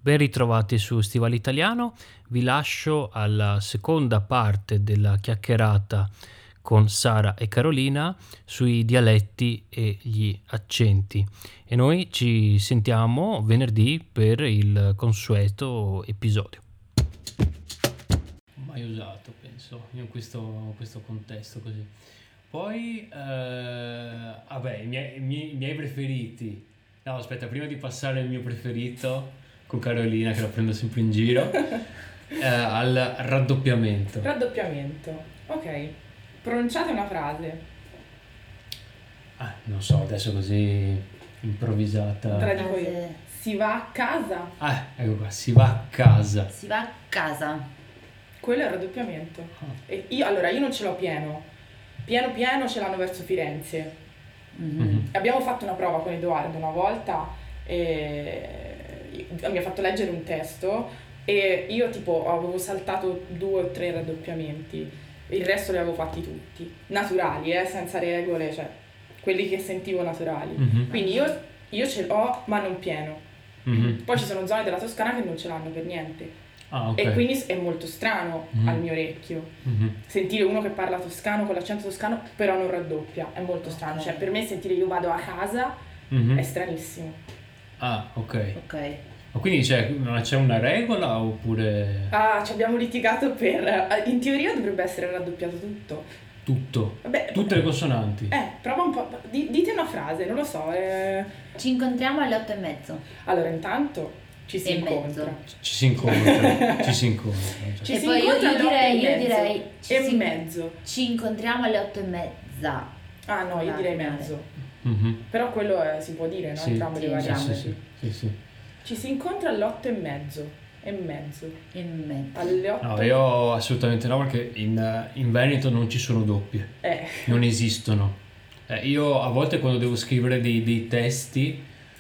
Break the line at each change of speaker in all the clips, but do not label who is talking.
Ben ritrovati su Stivale Italiano, vi lascio alla seconda parte della chiacchierata con Sara e Carolina sui dialetti e gli accenti e noi ci sentiamo venerdì per il consueto episodio. Mai usato, penso, in questo contesto così. Poi, i miei preferiti. No, aspetta, prima di passare al mio preferito con Carolina, che la prendo sempre in giro, al raddoppiamento.
Raddoppiamento, ok. Pronunciate una frase.
Non so, adesso così improvvisata.
Te la dico io. Si va a casa.
Ecco qua, si va a casa.
Si va a casa.
Quello è il raddoppiamento. E io non ce l'ho pieno. Pieno ce l'hanno verso Firenze.
Mm-hmm.
Abbiamo fatto una prova con Edoardo una volta mi ha fatto leggere un testo e io tipo avevo saltato 2 o 3 raddoppiamenti, il resto li avevo fatti tutti naturali, senza regole, cioè quelli che sentivo naturali.
Mm-hmm.
Quindi io ce l'ho ma non pieno.
Mm-hmm.
Poi ci sono zone della Toscana che non ce l'hanno per niente.
Okay.
E quindi è molto strano al mio orecchio sentire uno che parla toscano con l'accento toscano però non raddoppia, è molto strano, cioè per me sentire io vado a casa è stranissimo.
Ok. Ma quindi non c'è una regola oppure...
Ci abbiamo litigato in teoria dovrebbe essere raddoppiato tutto. Vabbè,
tutte le consonanti.
Prova un po', dite una frase, non lo so.
Ci incontriamo alle 8:30.
Allora intanto ci si incontra.
Ci si incontra.
E poi io direi
e mezzo.
Ci incontriamo alle 8:30.
No, io direi mezzo.
Mm-hmm.
Però quello si può dire, no?
Sì,
entrambe le varianti.
Sì.
Ci si incontra alle 8:30. E mezzo. Alle 8.
No, io assolutamente no, perché in Veneto non ci sono doppie. Non esistono. Io a volte quando devo scrivere dei testi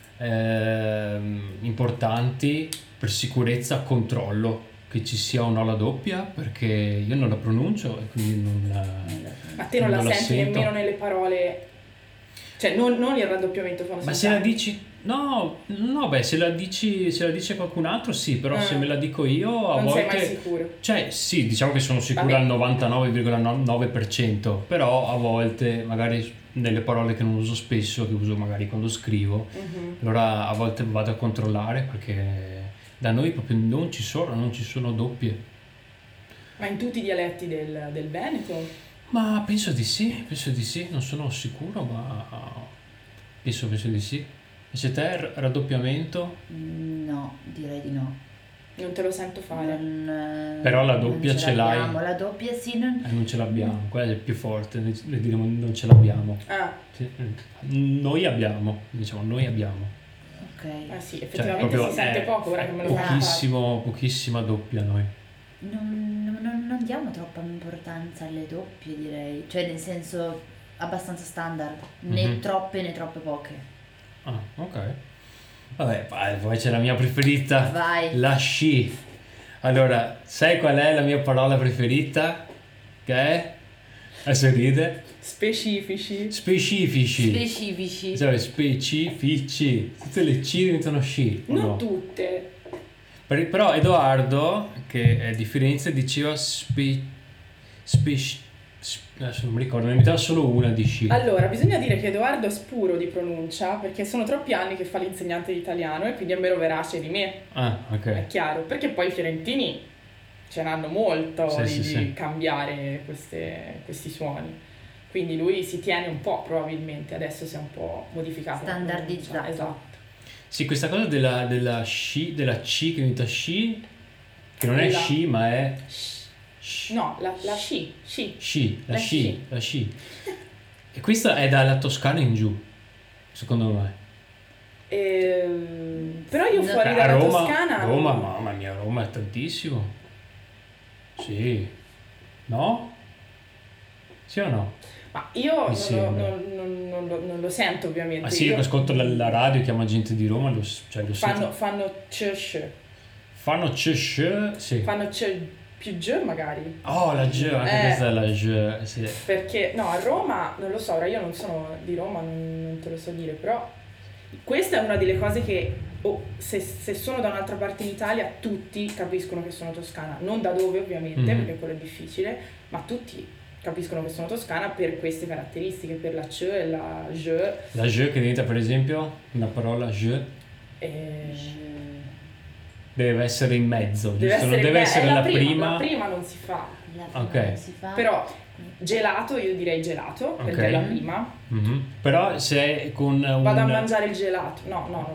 importanti, per sicurezza controllo che ci sia o no la doppia, perché io non la pronuncio e quindi non.
Ma te non la senti
sento.
nemmeno nelle parole, cioè non il raddoppiamento fa.
Ma se la dici no, se la dice qualcun altro sì, però se me la dico io a
non
volte
sei mai sicuro.
Cioè sì, diciamo che sono sicuro al 99,9%, però a volte magari nelle parole che non uso spesso, che uso magari quando scrivo, allora a volte vado a controllare, perché da noi proprio non ci sono doppie.
Ma in tutti i dialetti del Veneto?
Ma penso di sì, non sono sicuro, ma penso di sì. E se te raddoppiamento?
No, direi di no.
Non te lo sento fare.
Però la doppia ce l'hai.
La doppia sì.
Non ce l'abbiamo, quella è più forte, noi diremo non ce l'abbiamo. Sì. Noi abbiamo.
Ok.
Sì, effettivamente si sente poco, ora che me lo
pochissima doppia noi.
Non diamo troppa importanza alle doppie, direi. Cioè nel senso abbastanza standard, né troppe né troppe poche.
Ok. Vabbè, poi c'è la mia preferita.
Vai.
La sci. Allora, sai qual è la mia parola preferita? Che è? Adesso ride.
Specifici.
Cioè, specifici. Tutte le C diventano sci.
Non tutte.
Però Edoardo, che è di Firenze, diceva adesso non mi ricordo, ne metteva solo una di sci.
Allora, bisogna dire che Edoardo è spuro di pronuncia, perché sono troppi anni che fa l'insegnante di italiano e quindi è meno verace di me.
Ok.
È chiaro, perché poi i fiorentini ce n'hanno molto di cambiare questi suoni. Quindi lui si tiene un po', probabilmente, adesso si è un po' modificato.
Standardizzato.
Esatto.
Sì, questa cosa della C che diventa sci, che non è sci ma è...
No, la sci.
La sci. E questa è dalla Toscana in giù, secondo me.
Però io fuori dalla Toscana...
Roma, mamma mia, Roma è tantissimo. Sì. No? Sì o no?
Ma io non lo sento, ovviamente.
Ma sì, io ascolto la radio, chiamo gente di Roma, lo sento.
Fanno c.
Fanno c, sì.
Fanno c più G magari.
La G, anche questa è la G, sì.
Perché, no, a Roma, non lo so, ora io non sono di Roma, non te lo so dire, però questa è una delle cose che se sono da un'altra parte in Italia tutti capiscono che sono toscana, non da dove ovviamente, perché quello è difficile, ma tutti capiscono che sono toscana per queste caratteristiche, per la C e la J.
La J che diventa, per esempio, una parola J deve essere in mezzo, giusto? Non deve essere la prima.
La prima non si fa.
Non si fa.
Però gelato, io direi gelato, perché è la prima.
Però se è con
Vado a mangiare il gelato. No.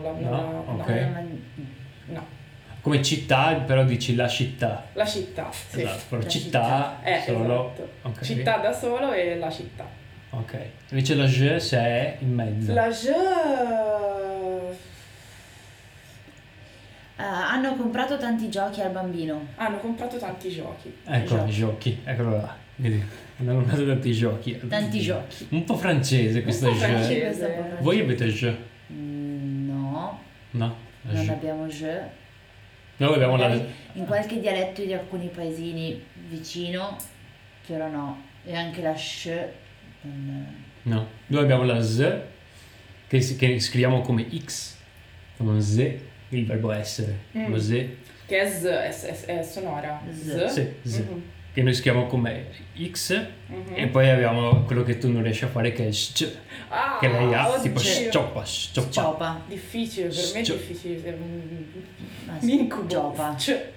Come città, però dici la città.
La città, sì.
Esatto, però
La
città solo.
Esatto.
Okay.
Città da solo e la città.
Ok. Invece la J se è in mezzo.
La J...
hanno comprato tanti giochi al bambino.
Hanno comprato tanti giochi.
Ecco, i giochi, eccolo là. Vedi, hanno comprato tanti giochi.
Tanti giochi.
Un po' francese questa
Un po'
J.
francese.
Voi avete J?
No,
No? La
non
J.
abbiamo J.
Noi abbiamo la...
Magari in qualche dialetto di alcuni paesini vicino, però no. E anche la sh.
No. Noi abbiamo la Z, che scriviamo come X, come Z, il verbo essere. Lo Z.
Che è è sonora.
Z.
Sì, Z. Che noi scriviamo come X, e poi abbiamo quello che tu non riesci a fare, che è sh, che lei ha, tipo scioppa.
Sciopa.
Difficile, per me è difficile.
Ma
Mi incubo.
Sciopa.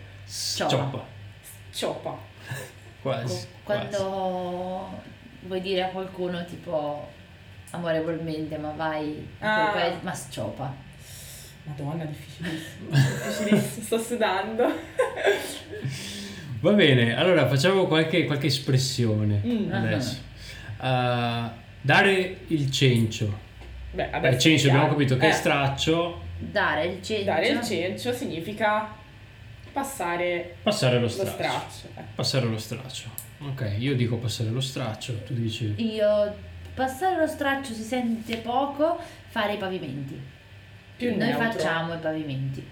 Scioppa.
Quasi.
Quando vuoi dire a qualcuno tipo amorevolmente, ma vai a quel paese, ma sciopa.
Madonna, difficilissimo. Sto sudando.
Va bene, allora facciamo qualche espressione adesso. Dare il cencio.
Beh,
Il cencio abbiamo capito che è straccio.
Dare il cencio.
Dare il cencio significa passare
Passare lo
straccio.
straccio. Passare lo straccio. Ok, io dico passare lo straccio, tu dici...
Io passare lo straccio si sente poco, fare i pavimenti.
Più
Noi
neutro.
facciamo i pavimenti.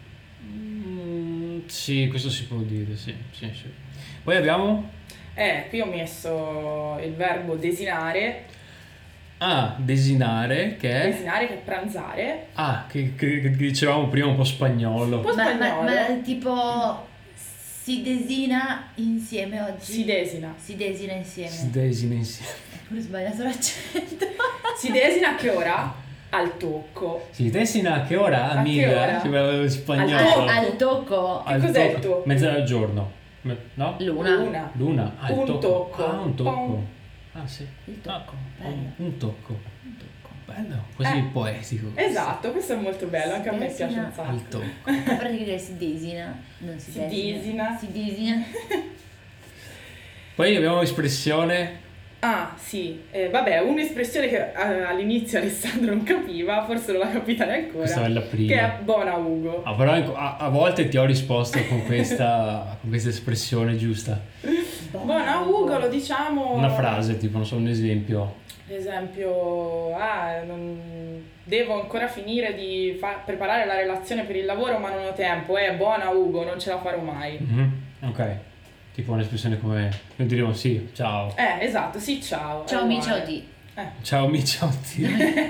Sì, questo si può dire, sì. Poi abbiamo...
Qui ho messo il verbo desinare.
Desinare, che è...
Desinare che è pranzare.
Che dicevamo prima un po' spagnolo.
Un po' spagnolo.
Ma tipo si desina insieme oggi?
Si desina.
Si desina insieme.
Si desina insieme.
Ho pure sbagliato l'accento.
Si desina a che ora? Al tocco.
Si desina a che ora,
A
amica?
che ora?
Ci parla spagnolo.
Al tocco.
Che cos'è il tocco?
Mezz'ora al giorno. No?
Luna.
Luna.
Un
Il
tocco.
un tocco.
Pom.
Sì.
Il tocco. Bello.
Un tocco.
Un tocco.
Bello, così poetico.
Esatto, questo è molto bello, anche a me piace un
Al
sacco.
tocco.
A parte che dire si desina, non si desina. Si desina.
Poi abbiamo l'espressione...
Sì, vabbè, un'espressione che all'inizio Alessandro non capiva, forse non l'ha capita neanche ancora.
Questa è la prima.
Che è buona Ugo.
Però a volte ti ho risposto con questa espressione giusta.
Buona Ugo lo diciamo...
Una frase, tipo, non so, un esempio.
Per esempio, devo ancora finire di preparare la relazione per il lavoro ma non ho tempo. Buona Ugo, non ce la farò mai.
Ok. Tipo un'espressione come... Noi diremo sì, ciao.
Esatto, sì, ciao.
Ciao mi, ciao di.
Ciao mi, ciao ti.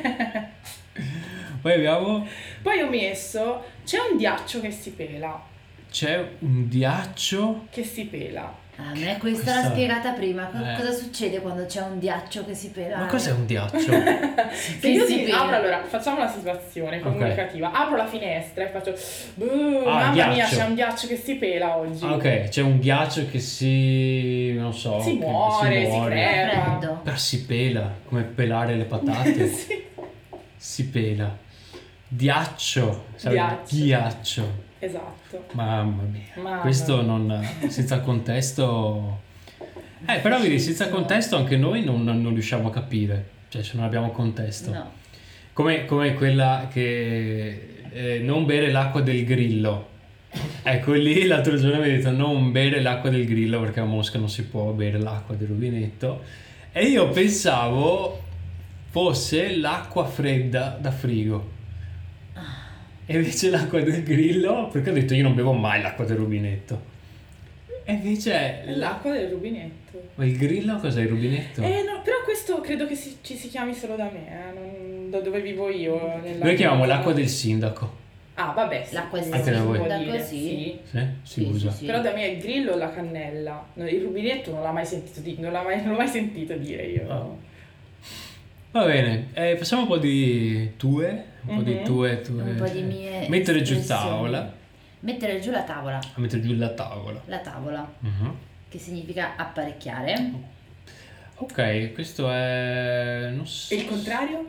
Poi abbiamo...
Poi ho messo, c'è un ghiaccio che si pela.
C'è un ghiaccio...
Che si pela.
A me questa l'ha spiegata prima. Cosa succede quando c'è un ghiaccio che si pela?
Ma cos'è un ghiaccio?
Se io ti apro, allora, facciamo la situazione comunicativa. Apro la finestra e faccio mamma
ghiaccio.
mia, c'è un ghiaccio che si pela oggi.
Ok, c'è un ghiaccio che non so...
Si muore, si crepa.
Però si pela, come pelare le patate.
Sì.
Si pela. Ghiaccio. Ghiaccio.
Esatto.
Mamma mia. Questo non... senza contesto... però vedi, senza contesto anche noi non riusciamo a capire. Cioè, se non abbiamo contesto.
No.
Come quella che... non bere l'acqua del grillo. Ecco, lì l'altro giorno mi ha detto non bere l'acqua del grillo perché a Mosca non si può bere l'acqua del rubinetto. E io pensavo fosse l'acqua fredda da frigo. E invece l'acqua del grillo, perché ho detto io non bevo mai l'acqua del rubinetto. E invece
è l'acqua del rubinetto.
Ma il grillo cos'è il rubinetto?
No, però questo credo che ci si chiami solo da me, da dove vivo io.
Noi chiamiamo l'acqua del sindaco.
Ah, vabbè, sì.
L'acqua
questo
del
Anche da
si
voi.
può
da
dire,
così.
sì.
Sì? Si usa.
Sì.
Però da me il grillo o la cannella. No, il rubinetto non l'ho mai sentito dire io.
Ah. Va bene, facciamo un po' di tue, un po' di
Mhm.
tue.
Un po' di mie
Mettere giù
espressioni.
tavola.
Mettere giù la tavola.
A mettere giù la tavola.
La tavola,
Mhm.
che significa apparecchiare.
Ok, questo è... non so.
E il contrario?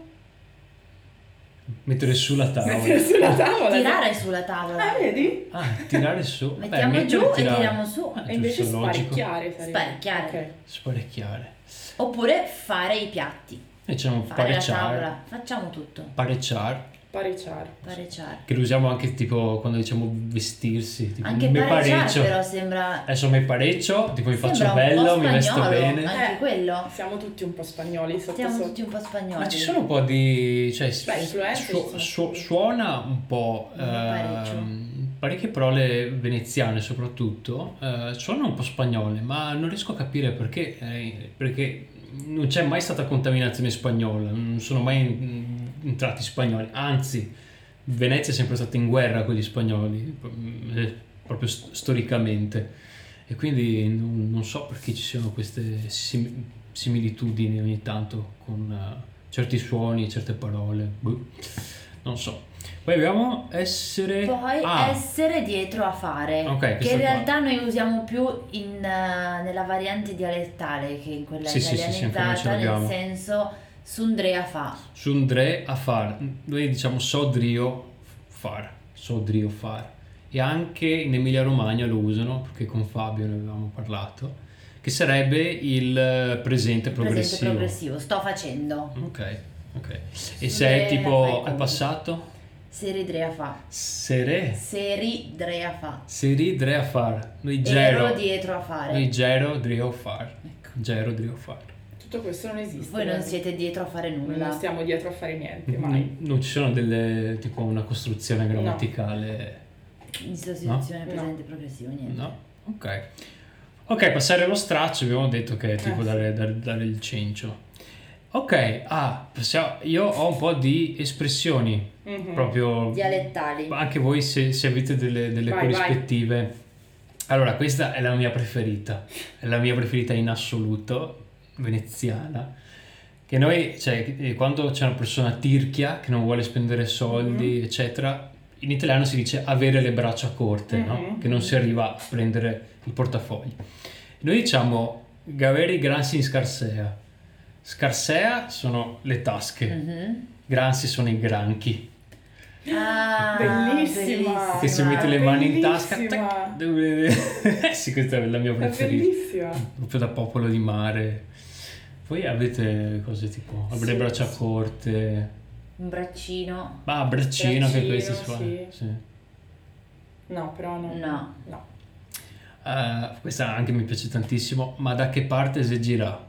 Mettere su la tavola.
Mettere sulla tavola.
Tirare sulla tavola.
Ah, vedi?
Ah, tirare su.
Mettiamo
mettere
giù e
tirare.
tiriamo su.
Ah,
E invece
giusto, logico.
sparecchiare sarebbe.
Sparecchiare.
Ok.
Sparecchiare.
Oppure fare i piatti.
E diciamo
Fare la
parecciare.
tavola. Facciamo tutto.
Parecciare.
Parecciare.
Parecciare.
Che lo usiamo anche tipo quando diciamo vestirsi. Tipo,
Anche
mi
parecciare
parecchio.
però sembra...
Adesso mi parecchio, tipo mi faccio
sembra un
bello,
po'
mi vesto
spagnolo,
bene.
Anche quello.
Siamo tutti un po' spagnoli sotto
Siamo
sotto.
tutti un po' spagnoli.
Ma ci sono un po' di... cioè,
Beh, influenze ci sono.
suona un po'...
Parecchio.
parecchie parole veneziane soprattutto suonano un po' spagnole, ma non riesco a capire perché non c'è mai stata contaminazione spagnola, non sono mai entrati spagnoli, anzi Venezia è sempre stata in guerra con gli spagnoli, proprio storicamente, e quindi non so perché ci siano queste similitudini ogni tanto con certi suoni, certe parole, boh, non so. Poi abbiamo essere...
Poi essere dietro a fare,
Ok,
che
questa
in
qua.
realtà noi usiamo più nella variante dialettale che in quella
Sì, sì, sì, sì, infatti ce
italianizzata, nel
l'abbiamo.
senso sundrea fa.
Sundre a far, noi diciamo so drio far, e anche in Emilia Romagna lo usano perché con Fabio ne avevamo parlato, che sarebbe il presente progressivo.
Presente progressivo, sto facendo.
Ok.
Sundre
E se è
la fai
tipo al
comunque.
passato?
Seridrea fa. Seridrea fa.
Seridre a far, noi
Ero
gero,
dietro a fare.
noi gero drio far,
Ecco.
gero drio far.
Tutto questo non esiste.
Voi non siete dietro a fare
Noi
nulla.
non stiamo dietro a fare niente, mai.
Non ci sono delle tipo una costruzione grammaticale.
In sostituzione
No.
presente progressivo, niente.
No? Ok, passare lo straccio, abbiamo detto che è tipo
sì.
dare il cencio. Ok, io ho un po' di espressioni
Mhm.
proprio...
Dialettali.
Anche voi se avete delle
Vai,
corrispettive. Allora, questa è la mia preferita. È la mia preferita in assoluto, veneziana. Che noi, cioè, quando c'è una persona tirchia che non vuole spendere soldi, eccetera, in italiano si dice avere le braccia corte, no? Che non si arriva a prendere il portafoglio. Noi diciamo avere i gransi in scarsea. Scarsea sono le tasche,
Mhm.
gransi sono i granchi.
Ah,
Bellissima.
Che si mette le mani in tasca.
Bellissima.
tac, sì, questa è la mia
È
preferita.
bellissima.
Proprio da popolo di mare. Poi avete cose tipo avere
Sì,
braccia
sì.
corte.
Un braccino.
Braccino, che questo si fa.
Braccino,
Sì.
No, però no.
No.
Questa anche mi piace tantissimo. Ma da che parte si gira?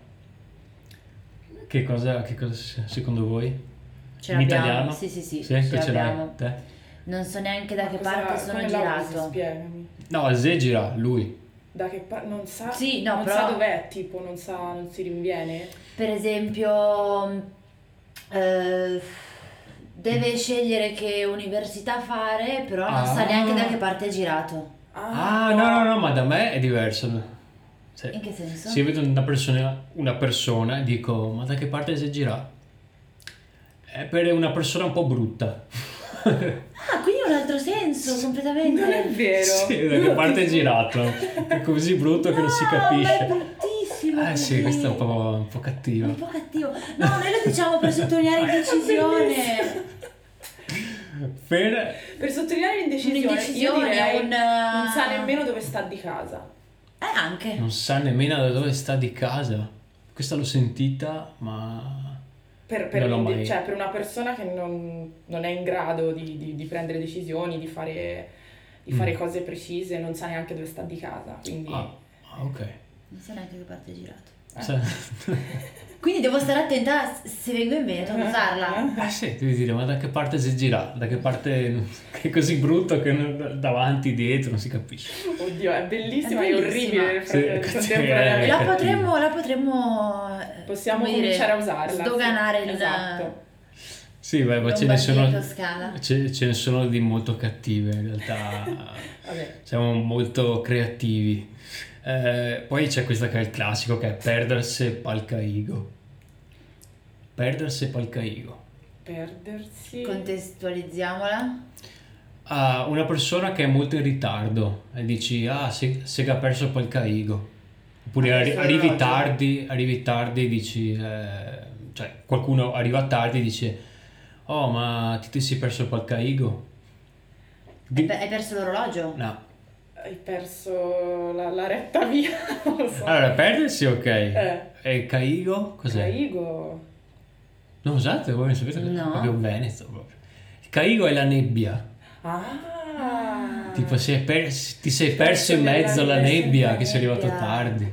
Che cosa secondo voi?
Ce
In
l'abbiamo.
italiano?
Sì,
Sì,
ce
tu ce l'hai?
l'abbiamo.
Te?
Non so neanche da
Ma
che
cosa-
parte sono
come la usi?
girato.
Spiegami.
No, se gira lui.
Da che parte? Non sa.
Sì, no,
non
però-
sa dov'è, tipo, non si rinviene.
Per esempio, deve scegliere che università fare, però non sa
Ah.
neanche da che parte è girato.
No, ma da me è diverso. Cioè,
In che senso?
se io vedo una persona e dico, ma da che parte si gira? È per una persona un po' brutta.
Ah, quindi è un altro senso, completamente.
Non è vero.
Sì, da che parte è girato? È così brutto che non si
No, ma è
capisce.
bruttissimo.
Sì,
così.
questo è un po' cattivo.
Un po' cattivo. No, noi lo diciamo per sottolineare indecisione.
Per sottolineare l'indecisione, io
Un'indecisione,
direi
un-
non sa nemmeno dove sta di casa.
Anche.
Non sa nemmeno da dove sta di casa. Questa l'ho sentita, ma...
Per
Non l'ho mai-
cioè, per una persona che non è in grado di prendere decisioni, di fare cose precise, non sa neanche dove sta di casa. Quindi
Ok.
Non so neanche che parte è girato.
Sa-
Quindi devo stare attenta se vengo in Veneto a usarla.
sì, devi dire, ma da che parte si gira? Da che parte... che è così brutto che davanti, dietro, non si capisce.
Oddio, è bellissima
È
e
bellissima.
orribile
Sì,
contemporaneamente.
La potremmo
Possiamo
come dire,
cominciare a usarla.
sdoganare
sì.
il...
Esatto.
Sì, Sì, beh, ma
Lombardia e Toscana.
ce ne sono di molto cattive in realtà.
Vabbè.
Siamo molto creativi. Poi c'è questa che è il classico, che è perdersi palcaigo. Perdersi palcaigo.
Perdersi.
Contestualizziamola.
Una persona che è molto in ritardo e dici, se che ha perso il palcaigo. Oppure
Adesso
arrivi
l'orologio.
tardi e dici, cioè qualcuno arriva tardi e dice, oh, ma ti sei perso il palcaigo?
Hai perso l'orologio?
No.
Hai perso la retta via, non lo so.
Allora, perdersi ok. E caigo cos'è?
Caigo.
Non usate, voi non sapete?
No.
Proprio Veneto proprio. Il caigo è la nebbia.
Ah.
Tipo ti sei perso in mezzo alla nebbia che sei arrivato
nebbia.
tardi.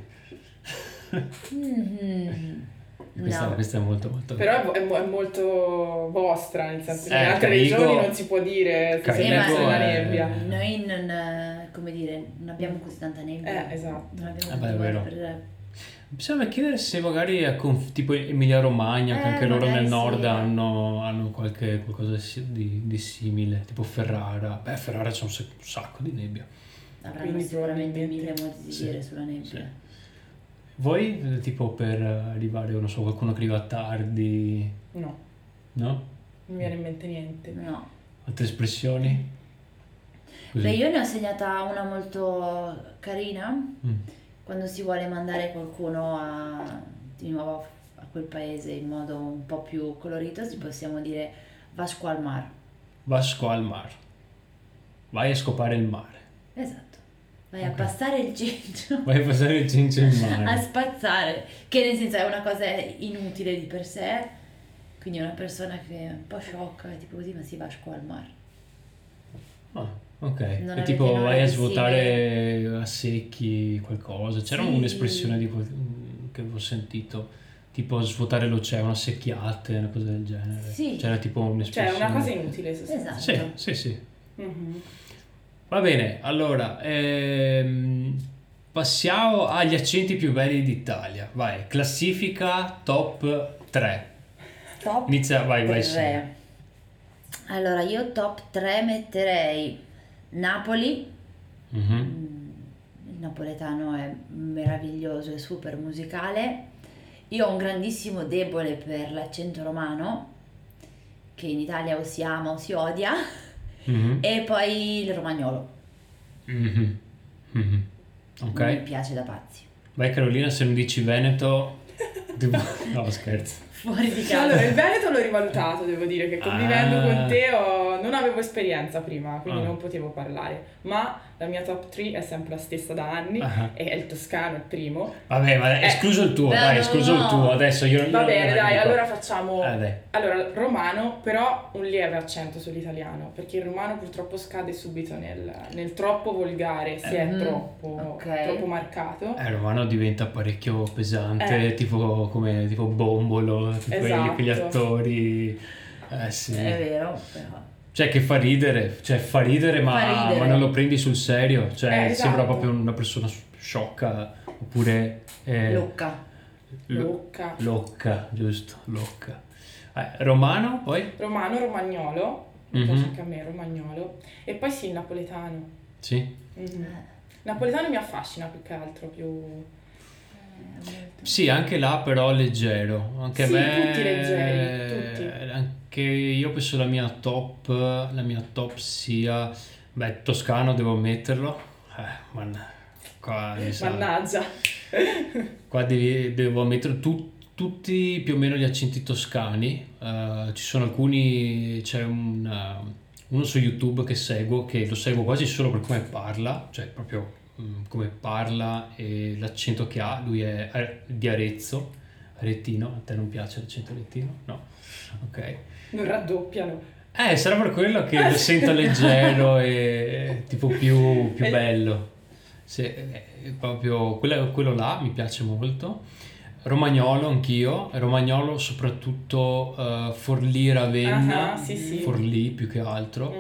Mhm.
Questa,
No.
questa è molto molto
Però è molto vostra, nel senso che in altre
Caigo-
regioni non si può dire se sei
Caigo
perso nella
è-
nebbia.
Noi non, come dire, non abbiamo così tanta nebbia.
Esatto.
Non abbiamo
Vabbè,
tanto
è vero.
per...
Bisogna chiedere se magari è tipo Emilia Romagna, che anche loro
magari
nel nord
sì.
hanno qualcosa di simile, tipo Ferrara. Beh, Ferrara c'è un sacco di nebbia.
Avranno
Quindi
sicuramente
probabilmente-
mille modi di
Sì,
dire sulla nebbia.
sì. Voi, tipo per arrivare, non so, qualcuno che arriva tardi,
No,
no?
non mi viene in mente niente.
No.
Altre espressioni? Così.
Beh, io ne ho segnata una molto carina.
Mm.
Quando si vuole mandare qualcuno di nuovo a quel paese in modo un po' più colorito, si possiamo dire Vasco al mar.
Vasco al mar. Vai a scopare il mare.
Esatto. Vai
Ok.
a passare il gigio,
Vai a passare il cincio in
a
mare.
spazzare, che nel senso è una cosa inutile di per sé, quindi una persona che è un po' sciocca, tipo così, ma si Vasco al mar.
Ah, ok.
Non
E
avete
tipo
nulla
vai a
di
svuotare a secchi qualcosa. C'era
Sì.
un'espressione che avevo sentito, tipo svuotare l'oceano a secchiate, una cosa del genere.
Sì.
C'era tipo
Cioè, è
un'espressione.
una cosa inutile, sostanzialmente.
Esatto.
Sì.
Mhm.
Va bene, allora, passiamo agli accenti più belli d'Italia. Vai, classifica top 3.
Top
Inizia, vai,
3.
sì.
Allora, io top 3 metterei Napoli.
Mhm.
Il napoletano è meraviglioso e super musicale. Io ho un grandissimo debole per l'accento romano, che in Italia o si ama o si odia,
Mhm.
e poi il romagnolo.
Mhm. Mhm. Ok.
Mi piace da pazzi.
Vai Carolina, se non dici Veneto... No, scherzo.
Fuori di casa.
Allora, il Veneto l'ho rivalutato, devo dire che convivendo
Ah.
con te non avevo esperienza prima, quindi
Ah.
non potevo parlare. Ma la mia top 3 è sempre la stessa da anni,
Ah.
e è il toscano, il primo.
Vabbè, ma escluso il tuo,
beh,
dai,
no,
escluso il
no.
tuo. Adesso io
Va bene,
non
dai,
dico.
allora facciamo...
Dai.
Allora, romano, però un lieve accento sull'italiano, perché il romano purtroppo scade subito nel troppo volgare, se è
Mhm.
troppo marcato.
Il romano diventa parecchio pesante, tipo Bombolo, tipo
Esatto.
quegli attori. Sì.
È vero, però.
Cioè che fa ridere, ma,
Fa ridere.
ma non lo prendi sul serio, cioè
Esatto.
sembra proprio una persona sciocca, oppure
Lucca.
Locca.
locca, giusto, locca. Romano poi?
Romano, romagnolo, mi
Mhm.
piace anche a me, romagnolo. E poi sì, il napoletano.
Sì.
Mhm. Napoletano mi affascina più che altro, più...
Sì, anche là però leggero, anche a
Sì,
me
tutti leggeri, tutti.
Anche io penso la mia top sia, beh, toscano devo metterlo, qua mi sa,
Mannaggia.
qua devo mettere tutti più o meno gli accenti toscani. Ci sono alcuni, c'è uno su YouTube che lo seguo quasi solo per come parla, cioè proprio come parla e l'accento che ha. Lui è di Arezzo, aretino. A te non piace l'accento aretino? No, ok.
Non raddoppiano.
Sarà per quello che lo sento leggero e tipo più bello. Proprio quello là mi piace molto. Romagnolo anch'io, romagnolo soprattutto Forlì, Ravenna,
Ah, sì.
Forlì più che altro.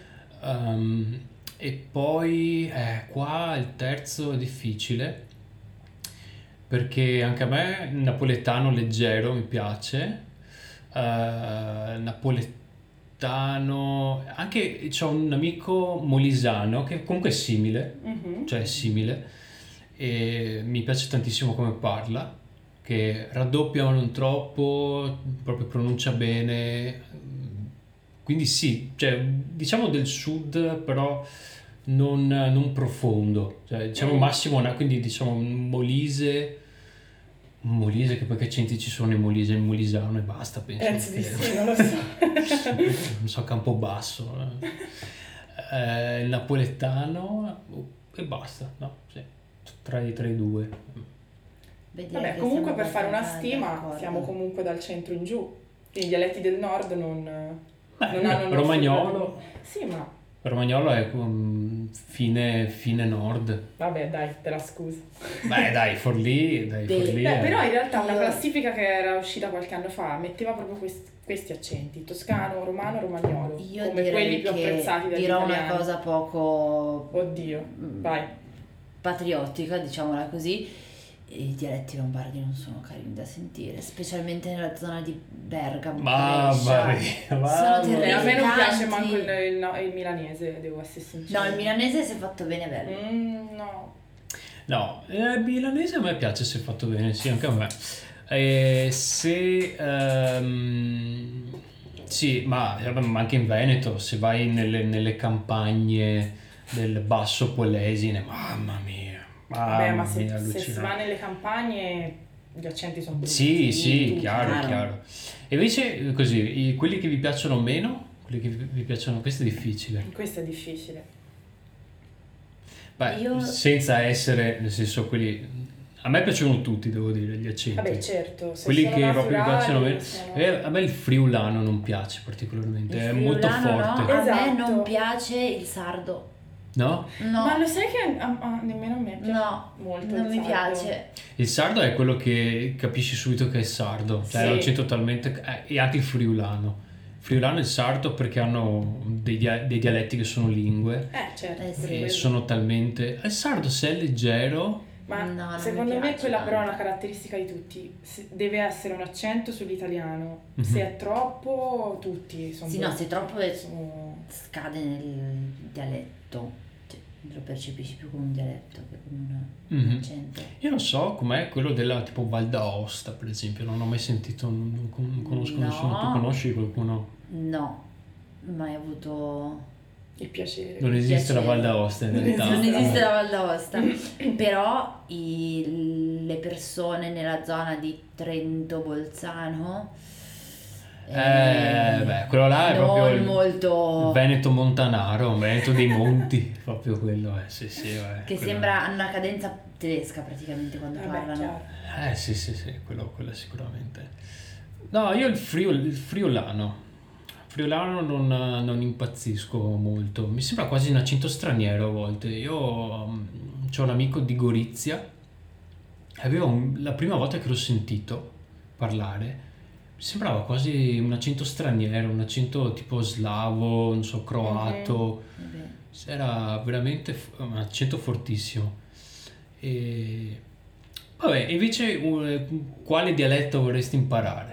Mhm.
E poi qua il terzo è difficile, perché anche a me il napoletano leggero mi piace. napoletano, anche c'ho un amico molisano che comunque è simile,
Mhm.
cioè è simile, e mi piace tantissimo come parla, che raddoppia ma non troppo, proprio pronuncia bene, quindi sì, cioè diciamo del sud però non profondo, cioè diciamo massimo, quindi diciamo un Molise, che poi che accenti ci sono in Molise, il molisano e basta,
Penso di
penso.
sì, non lo so.
Non so, Campobasso, il napoletano e basta, no? Sì, tra i due.
Beh, direi
Vabbè,
che
comunque
siamo
per fare una
abbastanza
stima
d'accordo.
siamo comunque dal centro in giù. I dialetti del nord non hanno il
Romagnolo.
nostro- Sì, ma
Romagnolo è fine nord.
vabbè, dai, te la scuso.
Beh, dai, Forlì
Beh,
è...
Però in realtà una
Io-
classifica che era uscita qualche anno fa metteva proprio questi accenti, toscano, romano, romagnolo,
Io
come
direi
quelli più
che
apprezzati dagli
dirò una
italiani.
cosa poco
Oddio, vai.
patriottica, diciamola così. I dialetti lombardi non sono carini da sentire, specialmente nella zona di Bergamo,
Mamma
Brescia.
mia, mamma
Sono
mia.
A me non piace
terrificanti.
manco il milanese, devo essere sincera.
No, il milanese si è fatto bene bello.
No.
No, il milanese a me piace se fatto bene, sì, anche a me. Sì, ma anche in Veneto, se vai nelle campagne del Basso Polesine, mamma mia,
Vabbè, ma
mia,
se si
allucinante.
va nelle campagne gli accenti sono brutti.
Sì, sì,
tutti.
chiaro, chiaro. E invece così, quelli che vi piacciono meno, quelli che vi piacciono, questo è difficile.
Questo è difficile.
Beh,
Io-
senza essere, nel senso, quelli... A me piacciono tutti, devo dire, gli accenti.
Vabbè, certo, se
Quelli
sono
che proprio mi
naturali,
piacciono meno.
sono-
A me il friulano non piace particolarmente,
Il
è molto
friulano
forte.
no, a me
Esatto.
non piace il sardo.
No?
No,
Ma lo sai che nemmeno a me piace
no,
molto
non
il
mi
sardo.
piace.
Il sardo è quello che capisci subito che è sardo, cioè
Sì.
lo accento talmente... e anche il friulano. Il friulano e il sardo perché hanno dei dialetti che sono lingue
Certo.
Eh sì.
per
e
quello.
sono talmente... Il sardo se è leggero...
Ma
No, non
secondo
mi
me
piace
quella però è
tanto.
una caratteristica di tutti. Deve essere un accento sull'italiano.
Mhm.
Se è troppo, tutti sono
Sì, no, se troppo
sono-
scade nel dialetto, cioè lo percepisci più come un dialetto che come un
Mhm.
accento.
Io non so com'è quello della tipo Val d'Aosta, per esempio, non ho mai sentito, non conosco
No.
nessuno. Tu conosci qualcuno?
No, mai avuto...
il piacere.
Non esiste la
Piacere.
Val d'Aosta in
Non
realtà.
Non esiste la Val d'Aosta, però le persone nella zona di Trento, Bolzano,
Beh, quello là è
non
proprio il
molto...
Veneto montanaro, un Veneto dei monti, proprio quello è, sì,
che
quello-
sembra hanno una cadenza tedesca praticamente quando
Vabbè,
parlano.
chiaro.
Sì, quello sicuramente. No, io il friulano non impazzisco molto, mi sembra quasi un accento straniero a volte. Io ho un amico di Gorizia, la prima volta che l'ho sentito parlare, mi sembrava quasi un accento straniero, un accento tipo slavo, non so, croato.
Vabbè.
Era veramente un accento fortissimo. E vabbè, invece quale dialetto vorresti imparare?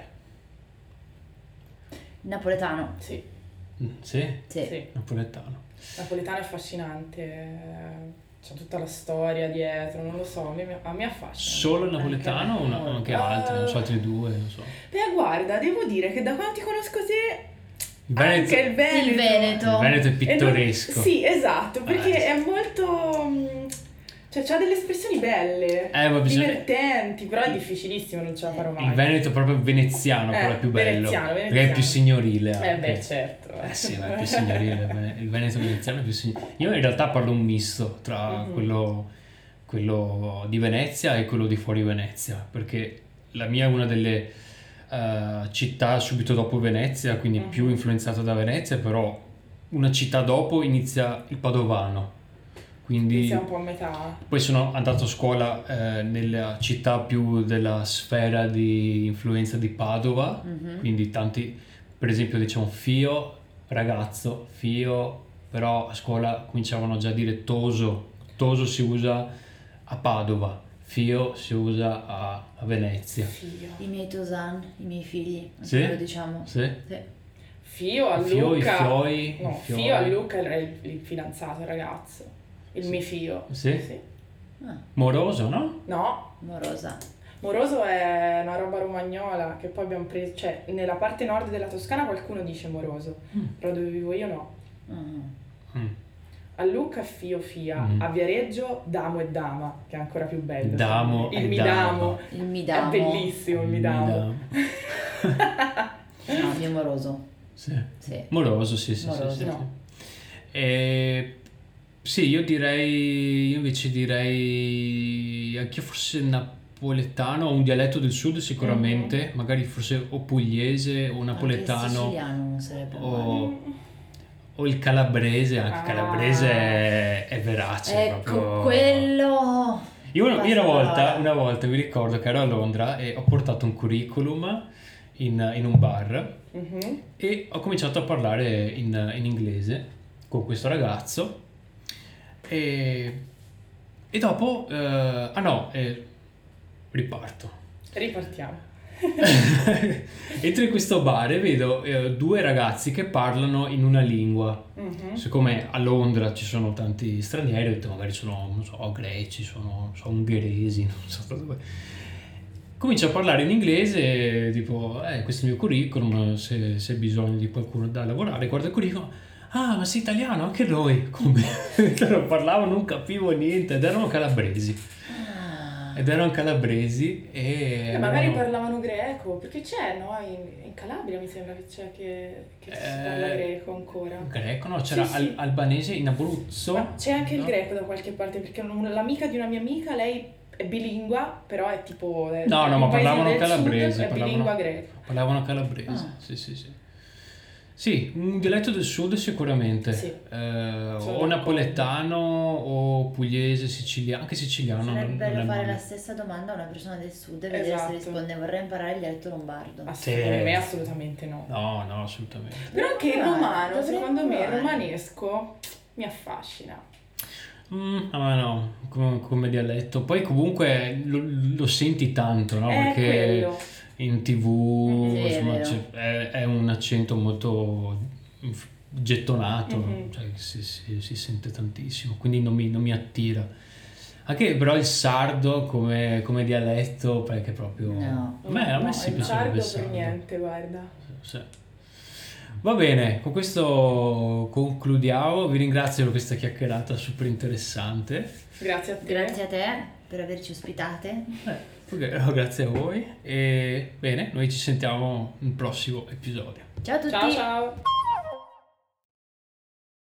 Napoletano,
Sì,
Sì?
sì.
sì.
Napoletano.
Napoletano è affascinante. C'è tutta la storia dietro, non lo so, a me affascina.
Solo il napoletano o anche altri, non so, altri due, non so.
Beh, guarda, devo dire che da quando ti conosco te,
Il Veneto,
anche il Veneto.
Il Veneto.
il Veneto è
E non-
pittoresco.
Sì, esatto, perché
sì.
è molto... Cioè, c'ha delle espressioni belle,
Ma bisogna...
divertenti, però è difficilissimo, non ce la farò mai.
Il Veneto è proprio veneziano, quello è più bello.
veneziano.
Perché è più signorile anche.
Beh, certo.
Sì, ma è più signorile. Il Veneto veneziano è più signorile. Io in realtà parlo un misto tra quello di Venezia e quello di fuori Venezia, perché la mia è una delle città subito dopo Venezia, quindi più influenzata da Venezia, però una città dopo inizia il padovano. Quindi
Siamo un po' a metà.
poi sono andato a scuola nella città più della sfera di influenza di Padova, quindi tanti, per esempio diciamo Fio, ragazzo, Fio, però a scuola cominciavano già a dire Toso si usa a Padova, Fio si usa a Venezia.
Fio.
I miei Tosan, i miei figli,
Sì?
lo diciamo.
Sì?
Sì.
Fio a
Fio, i
Luca.
fioi,
No,
i fioi.
Fio a Luca è il fidanzato, il ragazzo. Il mio Fio.
Sì?
Sì.
Ah,
Moroso, no?
No,
morosa.
moroso è una roba romagnola che poi abbiamo preso, cioè nella parte nord della Toscana qualcuno dice moroso, però dove vivo io no.
Ah.
Mm.
A Lucca è Fio Fia,
Mm.
a Viareggio Damo e Dama, che è ancora più bello.
Damo
il
e
Midamo.
Il Midamo.
È bellissimo il Midamo.
No, mio moroso.
Sì.
Sì.
Moroso, sì, sì,
Moroso.
sì, sì.
No.
Sì, io invece direi anche forse napoletano, o un dialetto del sud sicuramente, magari forse o pugliese o
Anche il
napoletano
siciliano non sarebbe male.
o il calabrese, anche
Ah.
calabrese è verace,
Ecco,
proprio.
quello...
Io una
Basta.
volta mi ricordo che ero a Londra e ho portato un curriculum in un bar
Mhm.
e ho cominciato a parlare in inglese con questo ragazzo e dopo riparto.
Ripartiamo.
Entro in questo bar e vedo due ragazzi che parlano in una lingua.
Mhm.
Siccome a Londra ci sono tanti stranieri, ho detto magari sono, non so, greci, sono ungheresi, non so da dove. Comincio a parlare in inglese, tipo, questo è il mio curriculum, se hai bisogno di qualcuno da lavorare, guarda il curriculum. Ah, ma sei italiano? Anche noi. Come? Non parlavo, non capivo niente, ed erano calabresi.
Ah.
E
Magari
avevano-
parlavano greco, perché c'è, no? In Calabria mi sembra che c'è che si parla greco ancora.
Greco, no, c'era
Sì, sì.
albanese in Abruzzo.
Ma c'è anche il
no?
greco da qualche parte, perché l'amica di una mia amica, lei è bilingua, però è tipo...
No,
in
ma
un paesino
parlavano
del
calabrese.
sud, è bilingua greco.
Parlavano calabrese,
Ah.
sì. Sì, un dialetto del sud sicuramente.
Sì.
O
d'accordo.
napoletano o pugliese, siciliano, anche siciliano.
Sarebbe
non
bello
è
fare
male.
la stessa domanda a una persona del sud e vedere
Esatto.
se risponde vorrei imparare il dialetto lombardo.
Secondo me assolutamente no.
No, assolutamente.
Però anche il
Dai,
romano,
dovremmo
secondo me il
provare.
romanesco mi affascina.
Ma no, come dialetto. Poi comunque lo senti tanto, no?
È
Perché
quello.
in TV
Sì, è
insomma,
vero.
è un accento molto gettonato,
Mhm.
cioè si sente tantissimo, quindi non mi attira. Anche però il sardo come dialetto, perché proprio...
No.
A me
No,
sì
il
piacerebbe
sardo
il
per
sardo.
niente, guarda.
Sì. Va bene, con questo concludiamo. Vi ringrazio per questa chiacchierata super interessante.
Grazie a te.
Grazie a te per averci ospitate.
Grazie a voi e bene, noi ci sentiamo nel prossimo episodio.
Ciao a tutti.
Ciao ciao.